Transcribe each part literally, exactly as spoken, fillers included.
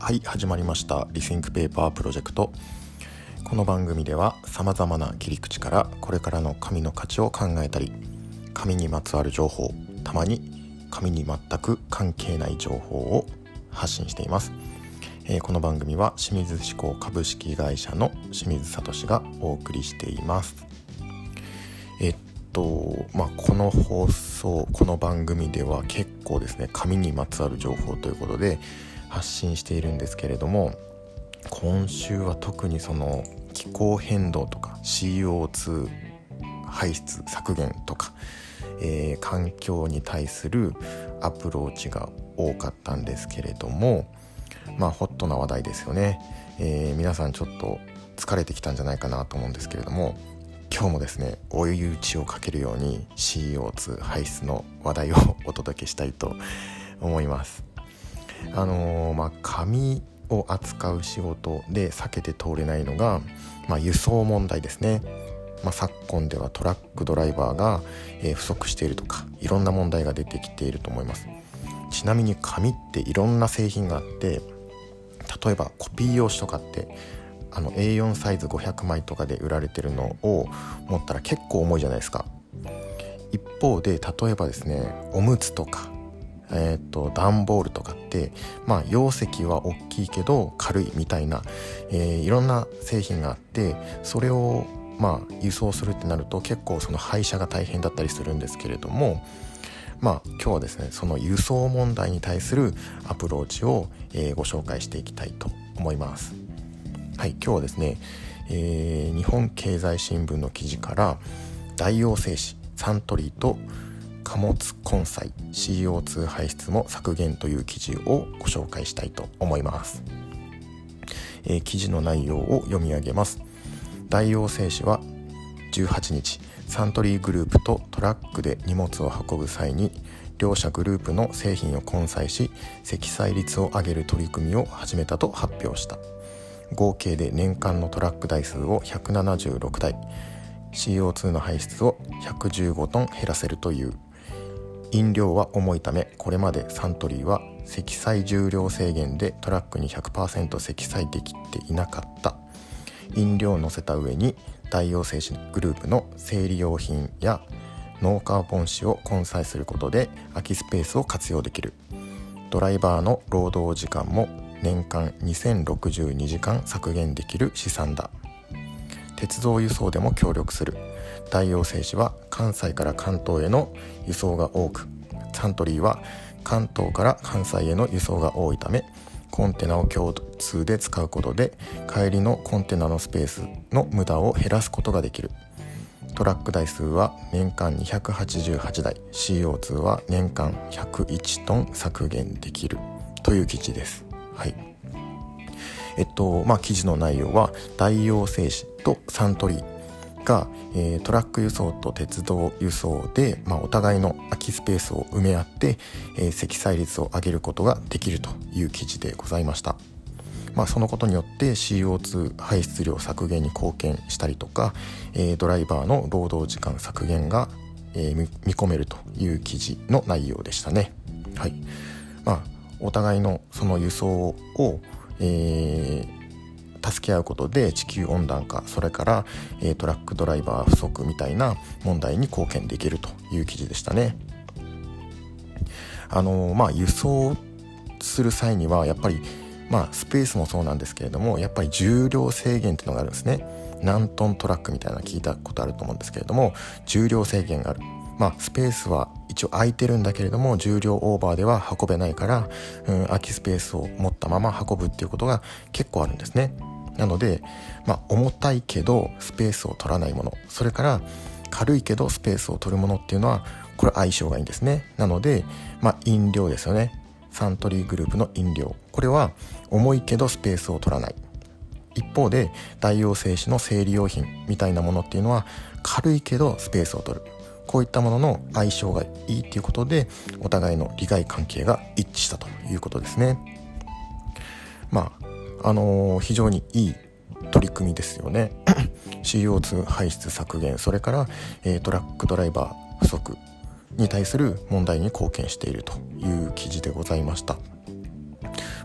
はい、始まりましたリシンクペーパープロジェクト。この番組ではさまざまな切り口からこれからの紙の価値を考えたり、紙にまつわる情報、たまに紙に全く関係ない情報を発信しています。えー、この番組は清水志向株式会社の清水聡がお送りしています。えっとまあこの放送この番組では結構ですね、紙にまつわる情報ということで発信しているんですけれども、今週は特にその気候変動とか シーオーツー 排出削減とか、えー、環境に対するアプローチが多かったんですけれども、まあホットな話題ですよね。えー、皆さんちょっと疲れてきたんじゃないかなと思うんですけれども、今日もですね追い打ちをかけるように シーオーツー 排出の話題をお届けしたいと思います。あのー、まあ紙を扱う仕事で避けて通れないのが、まあ、輸送問題ですね。まあ、昨今ではトラックドライバーが、えー、不足しているとか、いろんな問題が出てきていると思います。ちなみに紙っていろんな製品があって、例えばコピー用紙とかってあの エーよん サイズごひゃくまいとかで売られてるのを持ったら結構重いじゃないですか。一方で例えばですね、おむつとかえー、と段ボールとかって、まあ、容積は大きいけど軽いみたいな、えー、いろんな製品があって、それを、まあ、輸送するってなると結構その配車が大変だったりするんですけれども、まあ、今日はですねその輸送問題に対するアプローチを、えー、ご紹介していきたいと思います。はい、今日はですね、えー、日本経済新聞の記事から大王製紙サントリーと貨物混載 シーオーツー 排出も削減という記事をご紹介したいと思います。えー、記事の内容を読み上げます。大王製紙はじゅうはちにち、サントリーグループとトラックで荷物を運ぶ際に両社グループの製品を混載し、積載率を上げる取り組みを始めたと発表した。合計で年間のトラック台数をひゃくななじゅうろくだい、 シーオーツー の排出をひゃくじゅうごトン減らせるという。飲料は重いため、これまでサントリーは積載重量制限でトラックに ひゃくパーセント 積載できていなかった。飲料を乗せた上に大王製紙グループの生理用品やノーカーボン紙を混載することで空きスペースを活用できる。ドライバーの労働時間も年間にせんろくじゅうにじかん削減できる試算だ。鉄道輸送でも協力する。大王製紙は関西から関東への輸送が多く、サントリーは関東から関西への輸送が多いため、コンテナを共通で使うことで帰りのコンテナのスペースの無駄を減らすことができる。トラック台数は年間にひゃくはちじゅうはちだい、 シーオーツー は年間ひゃくいちトン削減できるという記事です。はい。えっとまあ記事の内容は大王製紙とサントリーが、えー、トラック輸送と鉄道輸送で、まあ、お互いの空きスペースを埋め合って、えー、積載率を上げることができるという記事でございました。まあ、そのことによって シーオーツー 排出量削減に貢献したりとか、えー、ドライバーの労働時間削減が、えー、見込めるという記事の内容でしたね。はい。まあ、お互いのその輸送を、えー助け合うことで地球温暖化、それから、えー、トラックドライバー不足みたいな問題に貢献できるという記事でしたね。あのー、まあ輸送する際にはやっぱり、まあ、スペースもそうなんですけれども、やっぱり重量制限っていうのがあるんですね。何トントラックみたいな聞いたことあると思うんですけれども、重量制限がある。まあスペースは一応空いてるんだけれども重量オーバーでは運べないから、うん、空きスペースを持ったまま運ぶっていうことが結構あるんですね。なので、まあ、重たいけどスペースを取らないもの、それから軽いけどスペースを取るものっていうのはこれ相性がいいんですね。なので、まあ、飲料ですよね。サントリーグループの飲料、これは重いけどスペースを取らない。一方で大王製紙の生理用品みたいなものっていうのは軽いけどスペースを取る。こういったものの相性がいいということでお互いの利害関係が一致したということですね。まああのー、非常にいい取り組みですよね。シーオーツー 排出削減、それから、えー、トラックドライバー不足に対する問題に貢献しているという記事でございました。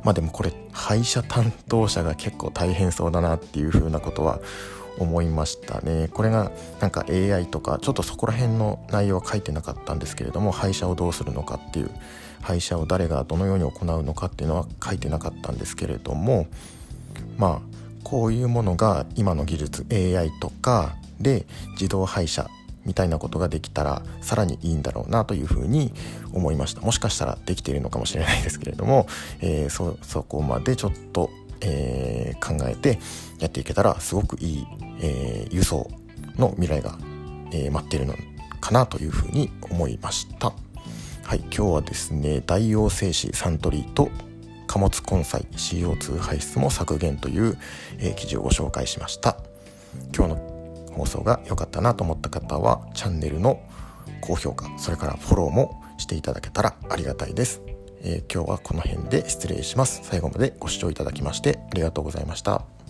まあでもこれ配車担当者が結構大変そうだなっていう風なことは思いましたね。これがなんか エーアイ とかちょっとそこら辺の内容は書いてなかったんですけれども、配車をどうするのかっていう、配車を誰がどのように行うのかっていうのは書いてなかったんですけれども、まあこういうものが今の技術 エーアイ とかで自動配車みたいなことができたらさらにいいんだろうなというふうに思いました。もしかしたらできているのかもしれないですけれども、えー、そ, そこまでちょっと、えー、考えてやっていけたらすごくいい、えー、輸送の未来が、えー、待っているのかなというふうに思いました。はい、今日はですね、大王製紙サントリーと貨物根菜 シーオーツー 排出も削減という、えー、記事をご紹介しました。今日の放送が良かったなと思った方はチャンネルの高評価、それからフォローもしていただけたらありがたいです。えー、今日はこの辺で失礼します。最後までご視聴いただきましてありがとうございました。